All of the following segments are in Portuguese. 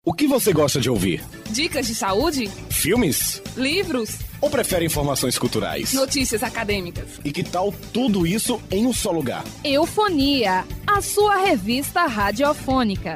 O que você gosta de ouvir? Dicas de saúde? Filmes? Livros? Ou prefere informações culturais? Notícias acadêmicas? E que tal tudo isso em um só lugar? Eufonia, a sua revista radiofônica.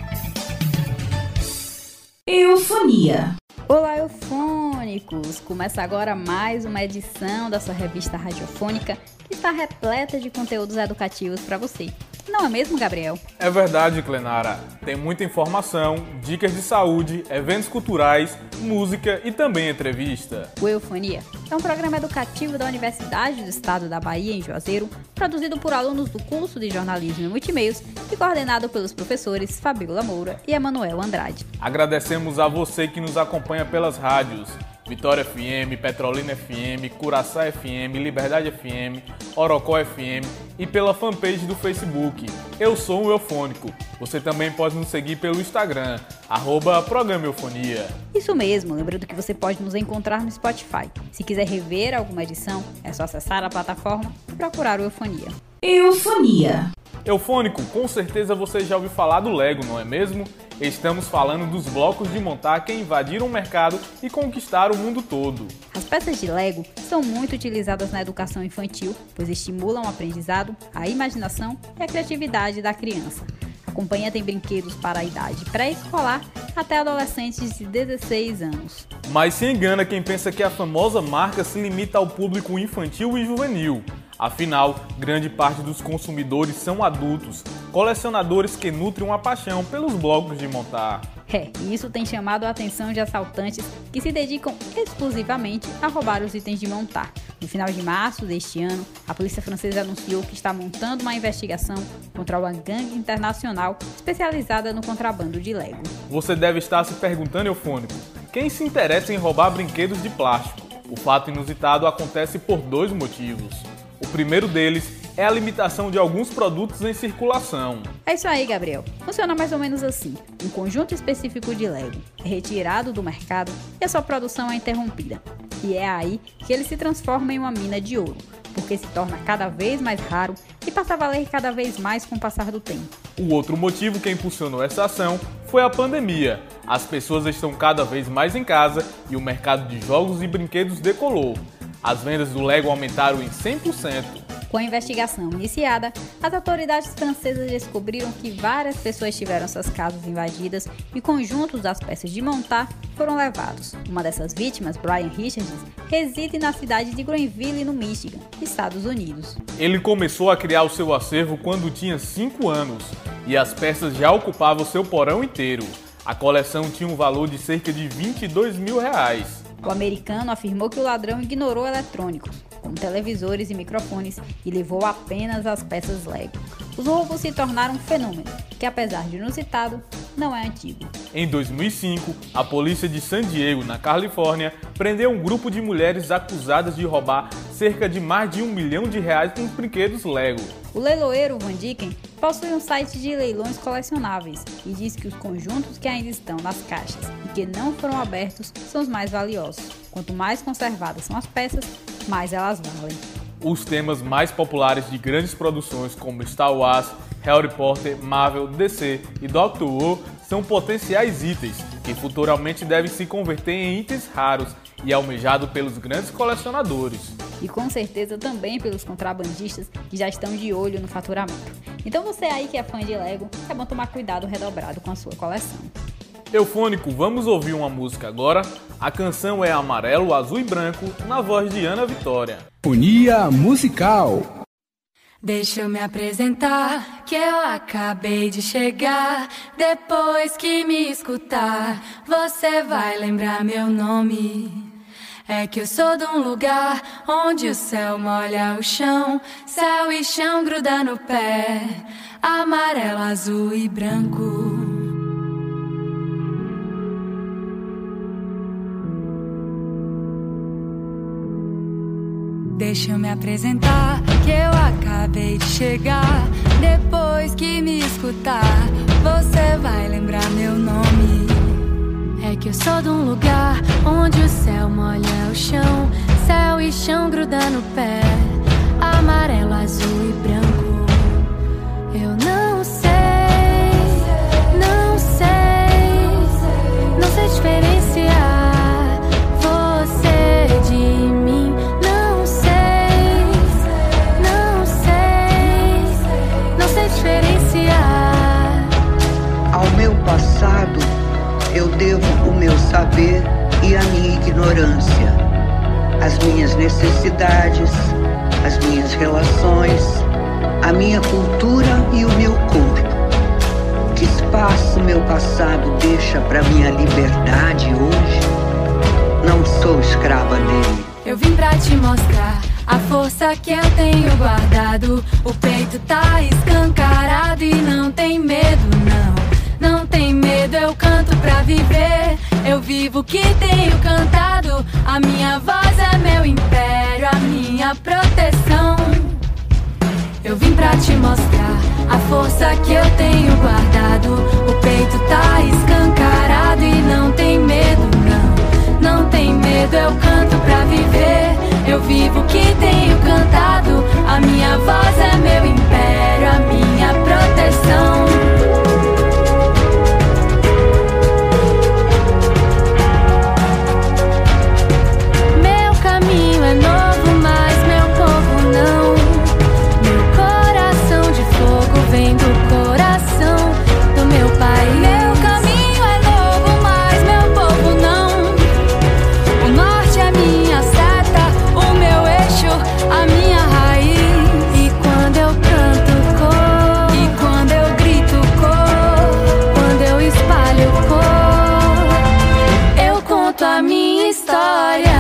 Eufonia. Olá, eufônicos! Começa agora mais uma edição da sua revista radiofônica que está repleta de conteúdos educativos para você. Não é mesmo, Gabriel? É verdade, Clenara. Tem muita informação, dicas de saúde, eventos culturais, música e também entrevista. O Eufonia é um programa educativo da Universidade do Estado da Bahia, em Juazeiro, produzido por alunos do curso de Jornalismo e Multimeios e coordenado pelos professores Fabiola Moura e Emanuel Andrade. Agradecemos a você que nos acompanha pelas rádios Vitória FM, Petrolina FM, Curaçá FM, Liberdade FM, Orocó FM e pela fanpage do Facebook. Eu sou um eufônico. Você também pode nos seguir pelo Instagram, @Programa Eufonia. Isso mesmo, lembrando que você pode nos encontrar no Spotify. Se quiser rever alguma edição, é só acessar a plataforma e procurar o Eufonia. Eufonia. Eufônico, com certeza você já ouviu falar do Lego, não é mesmo? Estamos falando dos blocos de montar que invadiram o mercado e conquistaram o mundo todo. As peças de Lego são muito utilizadas na educação infantil, pois estimulam o aprendizado, a imaginação e a criatividade da criança. A companhia tem brinquedos para a idade pré-escolar até adolescentes de 16 anos. Mas se engana quem pensa que a famosa marca se limita ao público infantil e juvenil. Afinal, grande parte dos consumidores são adultos, colecionadores que nutrem uma paixão pelos blocos de montar. E isso tem chamado a atenção de assaltantes que se dedicam exclusivamente a roubar os itens de montar. No final de março deste ano, a polícia francesa anunciou que está montando uma investigação contra uma gangue internacional especializada no contrabando de Lego. Você deve estar se perguntando, eufônico, quem se interessa em roubar brinquedos de plástico? O fato inusitado acontece por dois motivos. O primeiro deles é a limitação de alguns produtos em circulação. É isso aí, Gabriel. Funciona mais ou menos assim. Um conjunto específico de Lego é retirado do mercado e a sua produção é interrompida. E é aí que ele se transforma em uma mina de ouro, porque se torna cada vez mais raro e passa a valer cada vez mais com o passar do tempo. O outro motivo que impulsionou essa ação foi a pandemia. As pessoas estão cada vez mais em casa e o mercado de jogos e brinquedos decolou. As vendas do Lego aumentaram em 100%. Com a investigação iniciada, as autoridades francesas descobriram que várias pessoas tiveram suas casas invadidas e conjuntos das peças de montar foram levados. Uma dessas vítimas, Brian Richards, reside na cidade de Greenville, no Michigan, Estados Unidos. Ele começou a criar o seu acervo quando tinha 5 anos e as peças já ocupavam seu porão inteiro. A coleção tinha um valor de cerca de R$22 mil. O americano afirmou que o ladrão ignorou eletrônicos, como televisores e microfones, e levou apenas as peças Lego. Os roubos se tornaram um fenômeno, que apesar de inusitado, não é antigo. Em 2005, a polícia de San Diego, na Califórnia, prendeu um grupo de mulheres acusadas de roubar cerca de mais de R$1 milhão com brinquedos Lego. O leiloeiro Van Dicken possui um site de leilões colecionáveis e diz que os conjuntos que ainda estão nas caixas e que não foram abertos são os mais valiosos. Quanto mais conservadas são as peças, mais elas valem. Os temas mais populares de grandes produções como Star Wars, Harry Potter, Marvel, DC e Doctor Who são potenciais itens que futuramente devem se converter em itens raros e almejados pelos grandes colecionadores. E com certeza também pelos contrabandistas que já estão de olho no faturamento. Então você aí que é fã de Lego, é bom tomar cuidado redobrado com a sua coleção. Eufônico, vamos ouvir uma música agora. A canção é Amarelo, Azul e Branco, na voz de Ana Vitória. Eufonia musical. Deixa eu me apresentar, que eu acabei de chegar. Depois que me escutar, você vai lembrar meu nome. É que eu sou de um lugar onde o céu molha o chão, céu e chão gruda no pé, amarelo, azul e branco. Deixa eu me apresentar, que eu acabei de chegar. Depois que me escutar, você vai lembrar meu nome. É que eu sou de um lugar onde o céu molha o chão, céu e chão gruda no pé, amarelo, azul e branco. Eu não sei passado eu devo o meu saber e a minha ignorância, as minhas necessidades, as minhas relações, a minha cultura e o meu corpo. Que espaço meu passado deixa para minha liberdade hoje? Não sou escrava dele. Eu vim pra te mostrar a força que eu tenho guardado. O peito tá escancarado e não tem medo, não. Não tem medo, eu canto pra viver. Eu vivo o que tenho cantado. A minha voz é meu império, a minha proteção. Eu vim pra te mostrar a força que eu tenho guardado. O peito tá escancarado e não tem medo, não. Não tem medo, eu canto pra viver. Eu vivo o que tenho cantado. A minha voz é meu império, a minha proteção. Meu caminho é novo, mas meu povo não. Meu coração de fogo vem do coração do meu pai. Meu caminho é novo, mas meu povo não. O norte é minha seta, o meu eixo, a minha raiz. E quando eu canto cor, e quando eu grito cor, quando eu espalho cor, eu conto a minha história.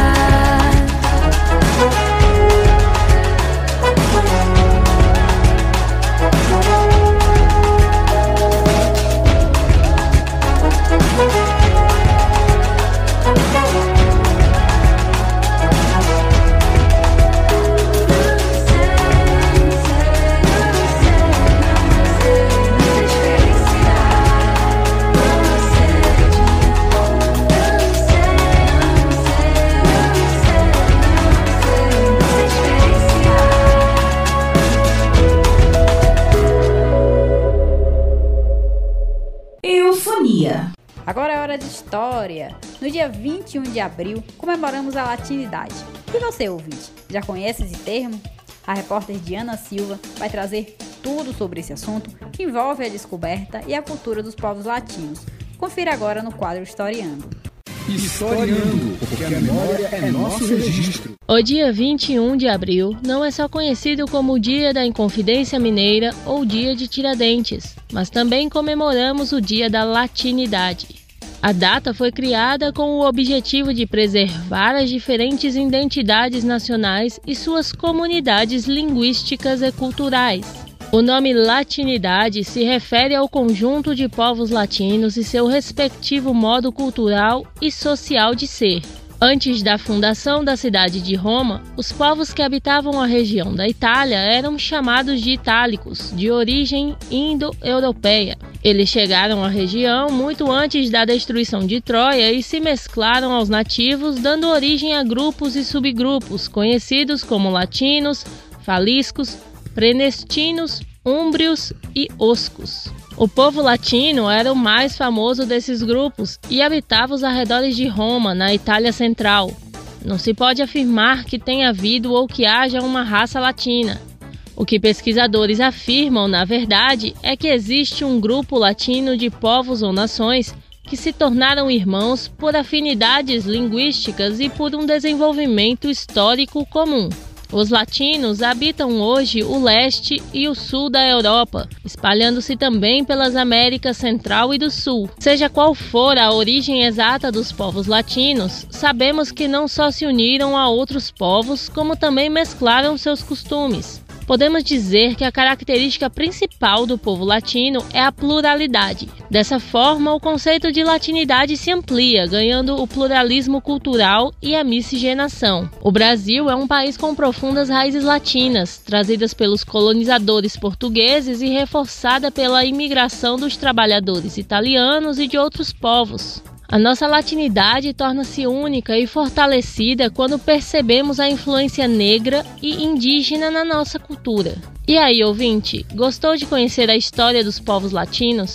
Eufonia. Agora é hora de história. No dia 21 de abril, comemoramos a latinidade. E você, ouvinte, já conhece esse termo? A repórter Diana Silva vai trazer tudo sobre esse assunto que envolve a descoberta e a cultura dos povos latinos. Confira agora no quadro Historiando. Historiando, porque a memória é nosso registro. O dia 21 de abril não é só conhecido como o Dia da Inconfidência Mineira ou Dia de Tiradentes, mas também comemoramos o Dia da Latinidade. A data foi criada com o objetivo de preservar as diferentes identidades nacionais e suas comunidades linguísticas e culturais. O nome latinidade se refere ao conjunto de povos latinos e seu respectivo modo cultural e social de ser. Antes da fundação da cidade de Roma, os povos que habitavam a região da Itália eram chamados de itálicos, de origem indo-europeia. Eles chegaram à região muito antes da destruição de Troia e se mesclaram aos nativos, dando origem a grupos e subgrupos, conhecidos como latinos, faliscos, prenestinos, úmbrios e oscos. O povo latino era o mais famoso desses grupos e habitava os arredores de Roma, na Itália Central. Não se pode afirmar que tenha havido ou que haja uma raça latina. O que pesquisadores afirmam, na verdade, é que existe um grupo latino de povos ou nações que se tornaram irmãos por afinidades linguísticas e por um desenvolvimento histórico comum. Os latinos habitam hoje o leste e o sul da Europa, espalhando-se também pelas Américas Central e do Sul. Seja qual for a origem exata dos povos latinos, sabemos que não só se uniram a outros povos, como também mesclaram seus costumes. Podemos dizer que a característica principal do povo latino é a pluralidade. Dessa forma, o conceito de latinidade se amplia, ganhando o pluralismo cultural e a miscigenação. O Brasil é um país com profundas raízes latinas, trazidas pelos colonizadores portugueses e reforçada pela imigração dos trabalhadores italianos e de outros povos. A nossa latinidade torna-se única e fortalecida quando percebemos a influência negra e indígena na nossa cultura. E aí, ouvinte, gostou de conhecer a história dos povos latinos?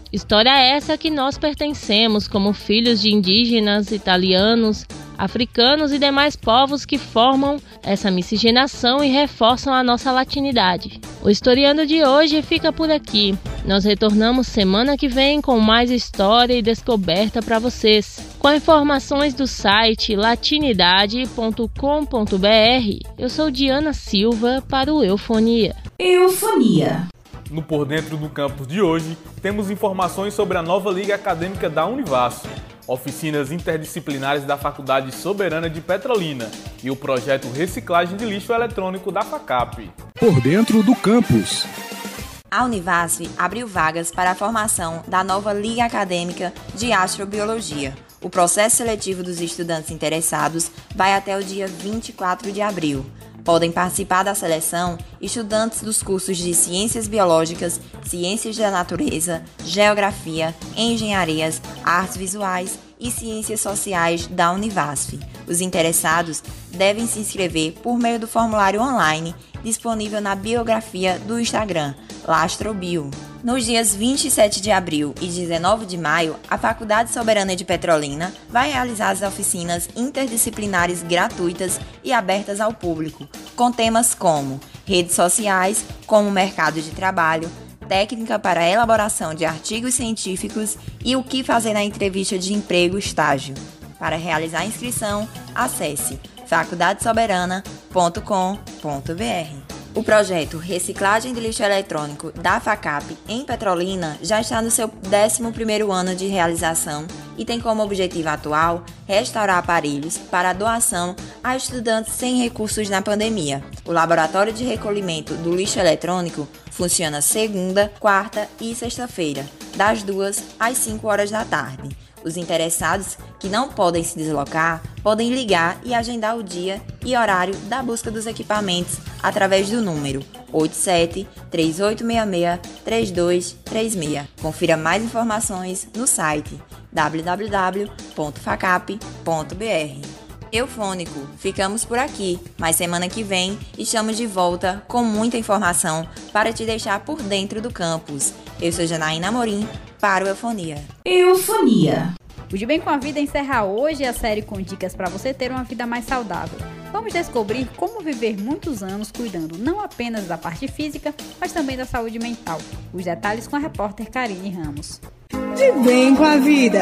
História essa que nós pertencemos como filhos de indígenas, italianos, africanos e demais povos que formam essa miscigenação e reforçam a nossa latinidade. O Historiando de hoje fica por aqui. Nós retornamos semana que vem com mais história e descoberta para vocês. Com informações do site latinidade.com.br, eu sou Diana Silva para o Eufonia. Eufonia. No Por Dentro do Campus de hoje, temos informações sobre a nova Liga Acadêmica da Univasf, oficinas interdisciplinares da Faculdade Soberana de Petrolina e o projeto Reciclagem de Lixo Eletrônico da FACAP. Por Dentro do Campus. A Univasf abriu vagas para a formação da nova Liga Acadêmica de Astrobiologia. O processo seletivo dos estudantes interessados vai até o dia 24 de abril. Podem participar da seleção estudantes dos cursos de Ciências Biológicas, Ciências da Natureza, Geografia, Engenharias, Artes Visuais e Ciências Sociais da Univasf. Os interessados devem se inscrever por meio do formulário online disponível na biografia do Instagram, Lastrobio. Nos dias 27 de abril e 19 de maio, a Faculdade Soberana de Petrolina vai realizar as oficinas interdisciplinares gratuitas e abertas ao público, com temas como redes sociais, como mercado de trabalho, técnica para a elaboração de artigos científicos e o que fazer na entrevista de emprego/estágio. Para realizar a inscrição, acesse faculdadesoberana.com.br. O projeto Reciclagem de Lixo Eletrônico da FACAP em Petrolina já está no seu 11º ano de realização e tem como objetivo atual restaurar aparelhos para doação a estudantes sem recursos na pandemia. O Laboratório de Recolhimento do Lixo Eletrônico funciona segunda, quarta e sexta-feira, das 2 às 5 horas da tarde. Os interessados que não podem se deslocar podem ligar e agendar o dia e horário da busca dos equipamentos através do número 87-3866-3236. Confira mais informações no site www.facap.br. Eufônico, ficamos por aqui, mas semana que vem estamos de volta com muita informação para te deixar por dentro do campus. Eu sou Janaína Amorim para o Eufonia. Eufonia. O De Bem com a Vida encerra hoje a série com dicas para você ter uma vida mais saudável. Vamos descobrir como viver muitos anos cuidando não apenas da parte física, mas também da saúde mental. Os detalhes com a repórter Karine Ramos. De Bem com a Vida.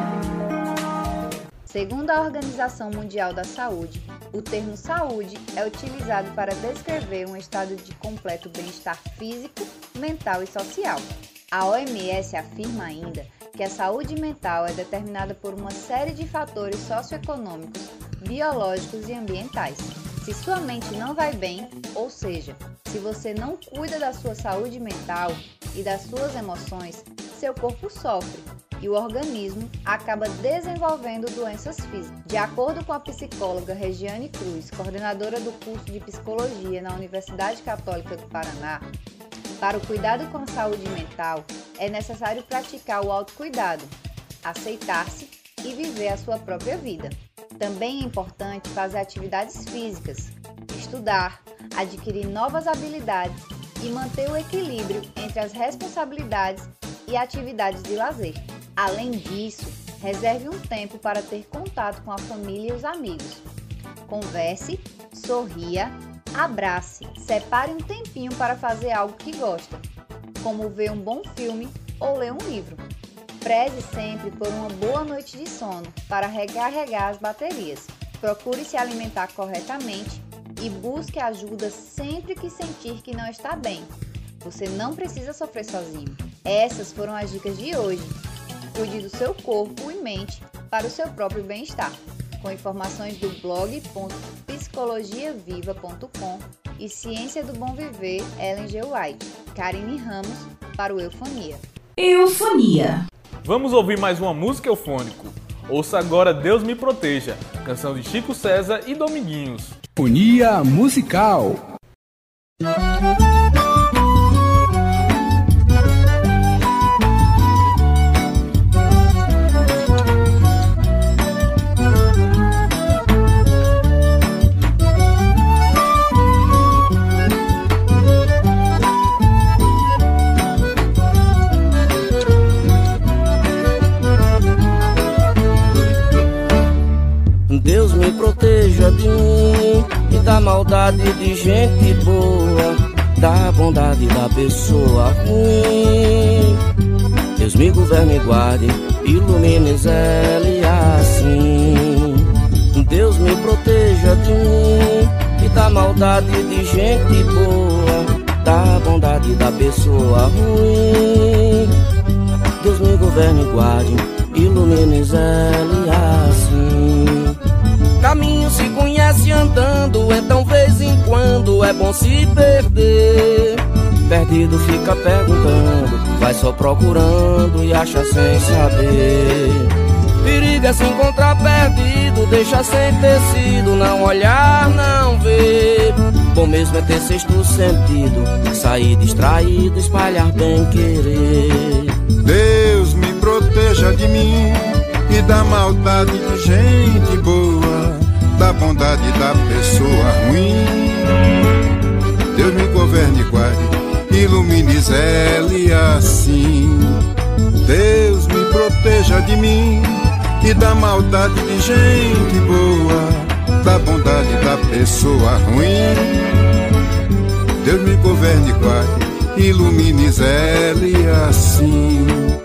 Segundo a Organização Mundial da Saúde, o termo saúde é utilizado para descrever um estado de completo bem-estar físico, mental e social. A OMS afirma ainda que a saúde mental é determinada por uma série de fatores socioeconômicos, biológicos e ambientais. Se sua mente não vai bem, ou seja, se você não cuida da sua saúde mental e das suas emoções, seu corpo sofre e o organismo acaba desenvolvendo doenças físicas. De acordo com a psicóloga Regiane Cruz, coordenadora do curso de Psicologia na Universidade Católica do Paraná, para o cuidado com a saúde mental, é necessário praticar o autocuidado, aceitar-se e viver a sua própria vida. Também é importante fazer atividades físicas, estudar, adquirir novas habilidades e manter o equilíbrio entre as responsabilidades e atividades de lazer. Além disso, reserve um tempo para ter contato com a família e os amigos. Converse, sorria, abrace, separe um tempinho para fazer algo que gosta, como ver um bom filme ou ler um livro. Preze sempre por uma boa noite de sono para recarregar as baterias. Procure se alimentar corretamente e busque ajuda sempre que sentir que não está bem. Você não precisa sofrer sozinho. Essas foram as dicas de hoje. Cuide do seu corpo e mente para o seu próprio bem-estar. Com informações do blog.psicologiaviva.com e Ciência do Bom Viver, Ellen G. White. Karine Ramos para o Eufonia. Eufonia. Vamos ouvir mais uma música eufônico. Ouça agora Deus Me Proteja, canção de Chico César e Dominguinhos. Eufonia musical. proteja de mim e da maldade de gente boa, da bondade da pessoa ruim. Deus me governe e guarde, ilumine Zé assim. Deus me proteja de mim e da maldade de gente boa, da bondade da pessoa ruim. Deus me governe e guarde, ilumine Zé assim. Caminho se conhece andando, então vez em quando é bom se perder. Perdido fica perguntando, vai só procurando e acha sem saber. Perigo é se encontrar perdido, deixa sem tecido, não olhar, não ver. Bom mesmo é ter sexto sentido, sair distraído, espalhar bem querer. Deus me proteja de mim e da maldade de gente boa, da bondade da pessoa ruim. Deus me governe e guarde, ilumine Zé assim. Deus me proteja de mim e da maldade de gente boa, da bondade da pessoa ruim. Deus me governe e guarde, ilumine Zé assim.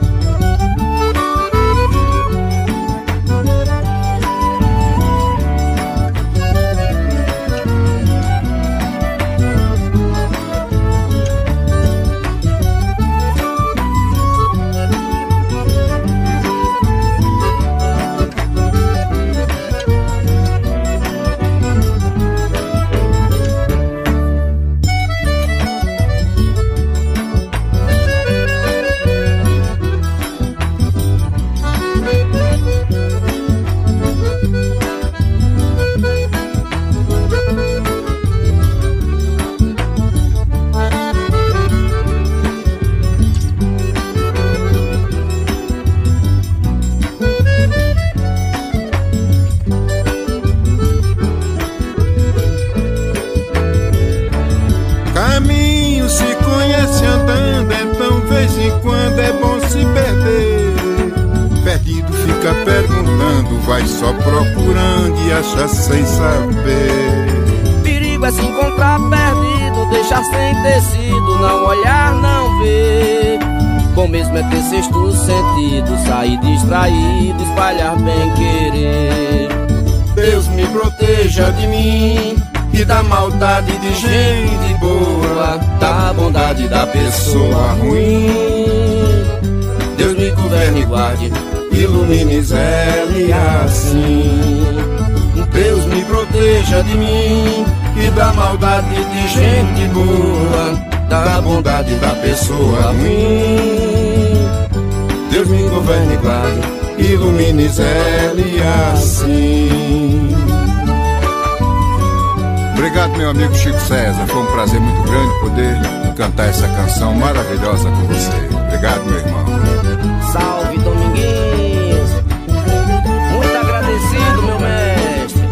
Vai só procurando e acha sem saber. Perigo é se encontrar perdido, deixar sem tecido, não olhar, não ver. Bom mesmo é ter sexto sentido, sair distraído, espalhar bem querer. Deus me proteja de mim e da maldade de gente boa, da bondade da pessoa ruim. Deus me governe e guarde, ilumine Zé assim. Deus me proteja de mim e da maldade de gente boa, da bondade da pessoa ruim. Deus me governe e guarde, ilumine Zé assim. Obrigado, meu amigo Chico César. Foi um prazer muito grande poder cantar essa canção maravilhosa com você. Obrigado, meu irmão. Salve, Dominguinhos. Muito agradecido, meu mestre.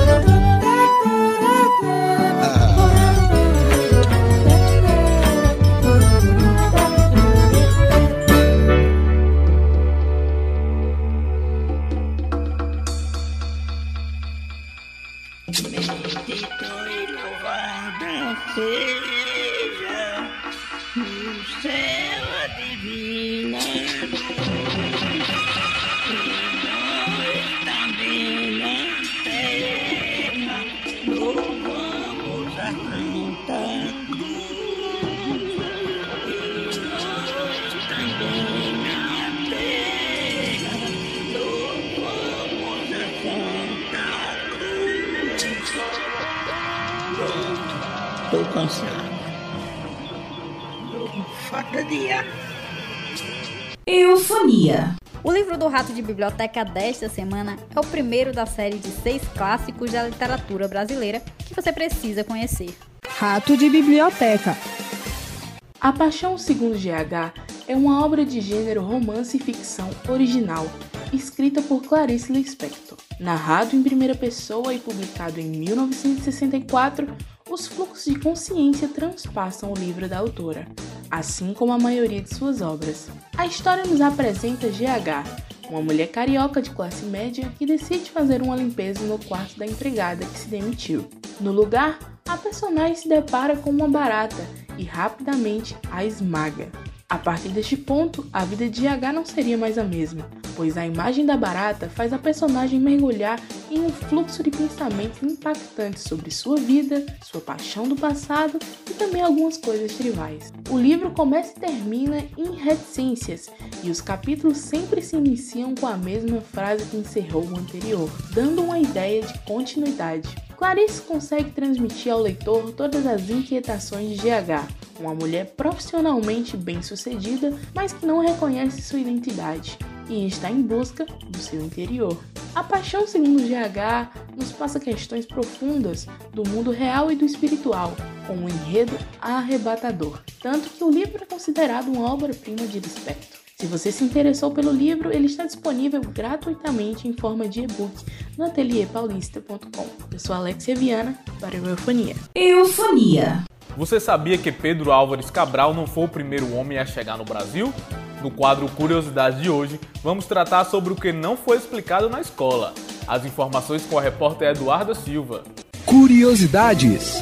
Bendito e louvado seja no céu a divina luz, e nós também na terra louvamos a Santa Cruz, e nós também na terra louvamos a Santa Cruz. Estou cansado. Falta de ar. Eufonia. O livro do Rato de Biblioteca desta semana é o primeiro da série de 6 clássicos da literatura brasileira que você precisa conhecer. Rato de Biblioteca. A Paixão segundo GH é uma obra de gênero romance e ficção original, escrita por Clarice Lispector. Narrado em primeira pessoa e publicado em 1964, os fluxos de consciência transpassam o livro da autora, assim como a maioria de suas obras. A história nos apresenta GH, uma mulher carioca de classe média que decide fazer uma limpeza no quarto da empregada que se demitiu. No lugar, a personagem se depara com uma barata e rapidamente a esmaga. A partir deste ponto, a vida de GH não seria mais a mesma, pois a imagem da barata faz a personagem mergulhar em um fluxo de pensamentos impactantes sobre sua vida, sua paixão do passado e também algumas coisas tribais. O livro começa e termina em reticências, e os capítulos sempre se iniciam com a mesma frase que encerrou o anterior, dando uma ideia de continuidade. Clarice consegue transmitir ao leitor todas as inquietações de GH, uma mulher profissionalmente bem-sucedida, mas que não reconhece sua identidade e está em busca do seu interior. A Paixão segundo GH nos passa questões profundas do mundo real e do espiritual, com um enredo arrebatador, tanto que o livro é considerado uma obra-prima de Lispector. Se você se interessou pelo livro, ele está disponível gratuitamente em forma de e-book no atelierpaulista.com. Eu sou Alexia Viana para o Eufonia. Eufonia. Você sabia que Pedro Álvares Cabral não foi o primeiro homem a chegar no Brasil? No quadro Curiosidades de hoje, vamos tratar sobre o que não foi explicado na escola. As informações com a repórter Eduarda Silva. Curiosidades.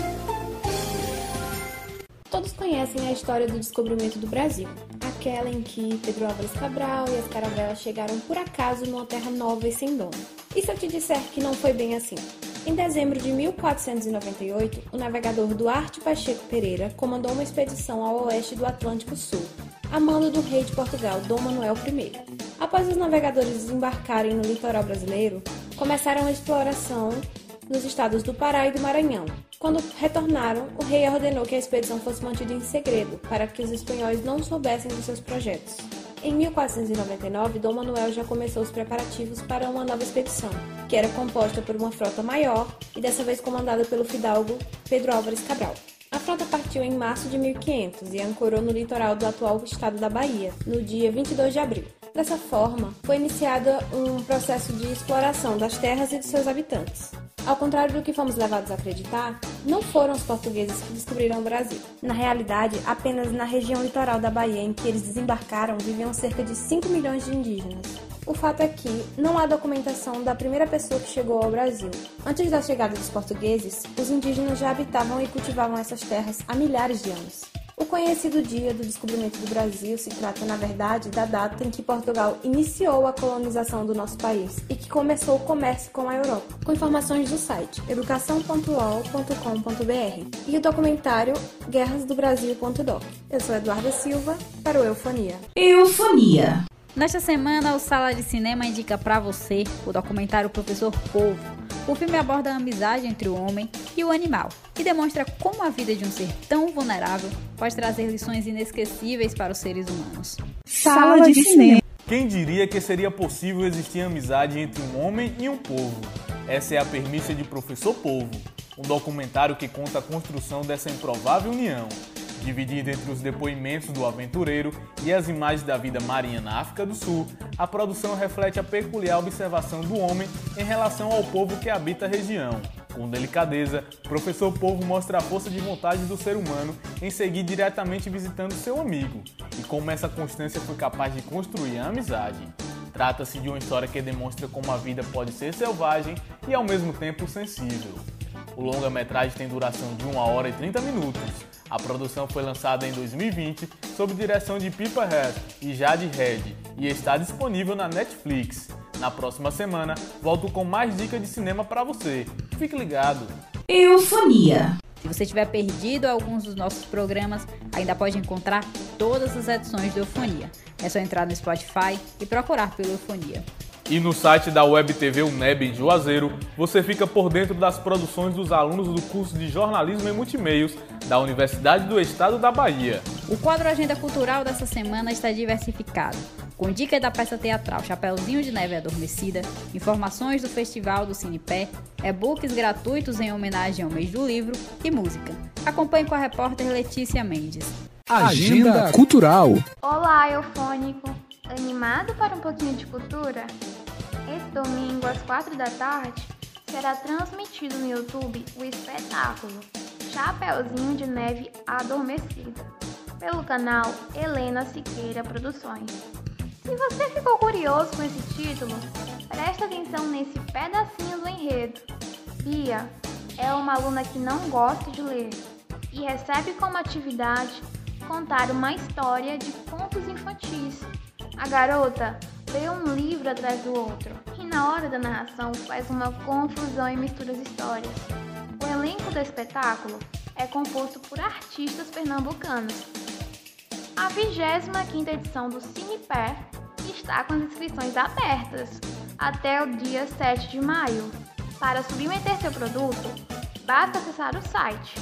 Todos conhecem a história do descobrimento do Brasil, aquela em que Pedro Álvares Cabral e as caravelas chegaram por acaso numa terra nova e sem dono. E se eu te disser que não foi bem assim? Em dezembro de 1498, o navegador Duarte Pacheco Pereira comandou uma expedição ao oeste do Atlântico Sul, a mando do rei de Portugal, Dom Manuel I. Após os navegadores desembarcarem no litoral brasileiro, começaram a exploração nos estados do Pará e do Maranhão. Quando retornaram, o rei ordenou que a expedição fosse mantida em segredo, para que os espanhóis não soubessem dos seus projetos. Em 1499, Dom Manuel já começou os preparativos para uma nova expedição, que era composta por uma frota maior e dessa vez comandada pelo fidalgo Pedro Álvares Cabral. A frota partiu em março de 1500 e ancorou no litoral do atual estado da Bahia, no dia 22 de abril. Dessa forma, foi iniciado um processo de exploração das terras e de seus habitantes. Ao contrário do que fomos levados a acreditar, não foram os portugueses que descobriram o Brasil. Na realidade, apenas na região litoral da Bahia em que eles desembarcaram viviam cerca de 5 milhões de indígenas. O fato é que não há documentação da primeira pessoa que chegou ao Brasil. Antes da chegada dos portugueses, os indígenas já habitavam e cultivavam essas terras há milhares de anos. O conhecido dia do descobrimento do Brasil se trata, na verdade, da data em que Portugal iniciou a colonização do nosso país e que começou o comércio com a Europa, com informações do site educação.uol.com.br e o documentário guerrasdobrasil.doc. Eu sou Eduarda Silva, para o Eufonia. Eufonia. Nesta semana, o Sala de Cinema indica para você o documentário Professor Polvo. O filme aborda a amizade entre o homem e o animal e demonstra como a vida de um ser tão vulnerável pode trazer lições inesquecíveis para os seres humanos. Sala de Cinema. Quem diria que seria possível existir amizade entre um homem e um polvo? Essa é a premissa de Professor Polvo, um documentário que conta a construção dessa improvável união. Dividido entre os depoimentos do aventureiro e as imagens da vida marinha na África do Sul, a produção reflete a peculiar observação do homem em relação ao povo que habita a região. Com delicadeza, Professor Polvo mostra a força de vontade do ser humano em seguir diretamente visitando seu amigo, e como essa constância foi capaz de construir a amizade. Trata-se de uma história que demonstra como a vida pode ser selvagem e ao mesmo tempo sensível. O longa-metragem tem duração de 1 hora e 30 minutos. A produção foi lançada em 2020 sob direção de Pippa Head e Jade Red e está disponível na Netflix. Na próxima semana, volto com mais dicas de cinema para você. Fique ligado! Eufonia. Se você tiver perdido alguns dos nossos programas, ainda pode encontrar todas as edições do Eufonia. É só entrar no Spotify e procurar pelo Eufonia. E no site da Web TV UNEB em Juazeiro, você fica por dentro das produções dos alunos do curso de Jornalismo e Multimeios da Universidade do Estado da Bahia. O quadro Agenda Cultural dessa semana está diversificado, com dicas da peça teatral Chapeuzinho de Neve Adormecida, informações do Festival do Cinepé, e-books gratuitos em homenagem ao mês do livro e música. Acompanhe com a repórter Letícia Mendes. Agenda Cultural. Olá, eufônico! Animado para um pouquinho de cultura? Esse domingo, às 4 da tarde, será transmitido no YouTube o espetáculo Chapeuzinho de Neve Adormecida, pelo canal Helena Siqueira Produções. Se Se você ficou curioso com esse título, presta atenção nesse pedacinho do enredo. Bia é uma aluna que não gosta de ler e recebe como atividade contar uma história de contos infantis. A garota lê um livro atrás do outro e na hora da narração faz uma confusão e mistura as histórias. O elenco do espetáculo é composto por artistas pernambucanos. A 25ª edição do Cinepé está com as inscrições abertas até o dia 7 de maio. Para submeter seu produto, basta acessar o site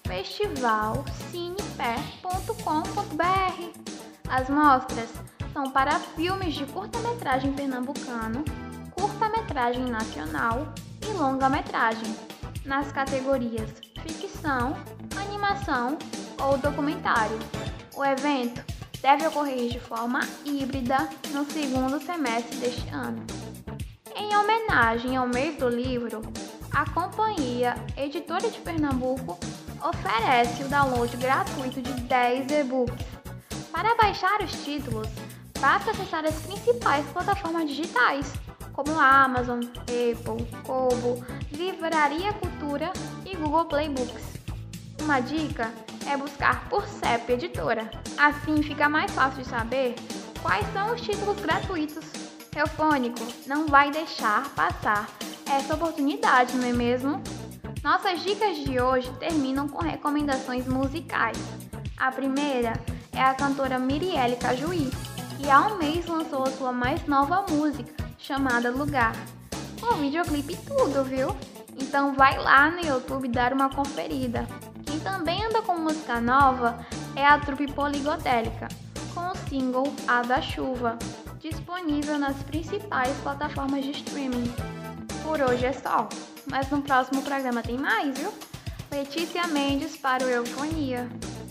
festivalcinepé.com.br. As mostras são para filmes de curta-metragem pernambucano, curta-metragem nacional e longa-metragem, nas categorias ficção, animação ou documentário. O evento deve ocorrer de forma híbrida no segundo semestre deste ano. Em homenagem ao mês do livro, a Companhia Editora de Pernambuco oferece o download gratuito de 10 e-books. Para baixar os títulos, basta acessar as principais plataformas digitais, como Amazon, Apple, Kobo, Livraria Cultura e Google Play Books. Uma dica é buscar por CEP Editora. Assim fica mais fácil de saber quais são os títulos gratuitos. Eufônico não vai deixar passar essa oportunidade, não é mesmo? Nossas dicas de hoje terminam com recomendações musicais. A primeira é a cantora Mirielle Cajuí, que há um mês lançou a sua mais nova música, chamada Lugar. Com videoclipe e tudo, viu? Então vai lá no YouTube dar uma conferida. Quem também anda com música nova é a trupe Poligotélica, com o single A da Chuva, disponível nas principais plataformas de streaming. Por hoje é só, mas no próximo programa tem mais, viu? Letícia Mendes para o Eufonia.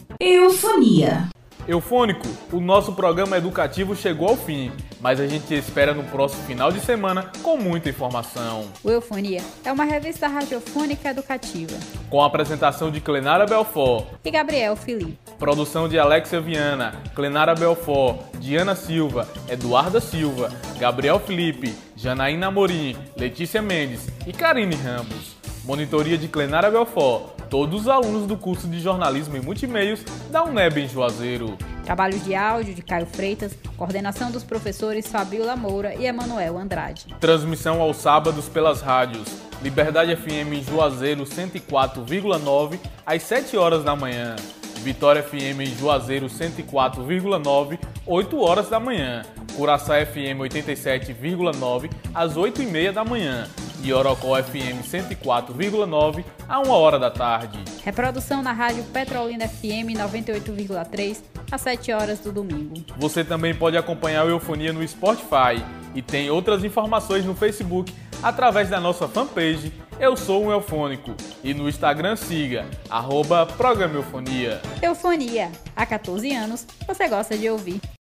Eufonia. Eufônico, o nosso programa educativo chegou ao fim, mas a gente te espera no próximo final de semana com muita informação. O Eufonia é uma revista radiofônica educativa, com a apresentação de Clenara Belfort e Gabriel Felipe. Produção de Alexia Viana, Clenara Belfort, Diana Silva, Eduarda Silva, Gabriel Felipe, Janaína Amorim, Letícia Mendes e Karine Ramos. Monitoria de Clenara Belfort, todos os alunos do curso de Jornalismo e Multimeios da UNEB em Juazeiro. Trabalhos de áudio de Caio Freitas, coordenação dos professores Fabiola Moura e Emanuel Andrade. Transmissão aos sábados pelas rádios Liberdade FM em Juazeiro 104,9 às 7 horas da manhã. Vitória FM em Juazeiro 104,9, 8 horas da manhã. Curaçá FM 87,9 às 8h30 da manhã. E Orocó FM 104,9 a 1 hora da tarde. Reprodução na rádio Petrolina FM 98,3 às 7 horas do domingo. Você também pode acompanhar o Eufonia no Spotify e tem outras informações no Facebook através da nossa fanpage Eu Sou um Eufônico e no Instagram siga @Programa Eufonia. Eufonia, há 14 anos você gosta de ouvir.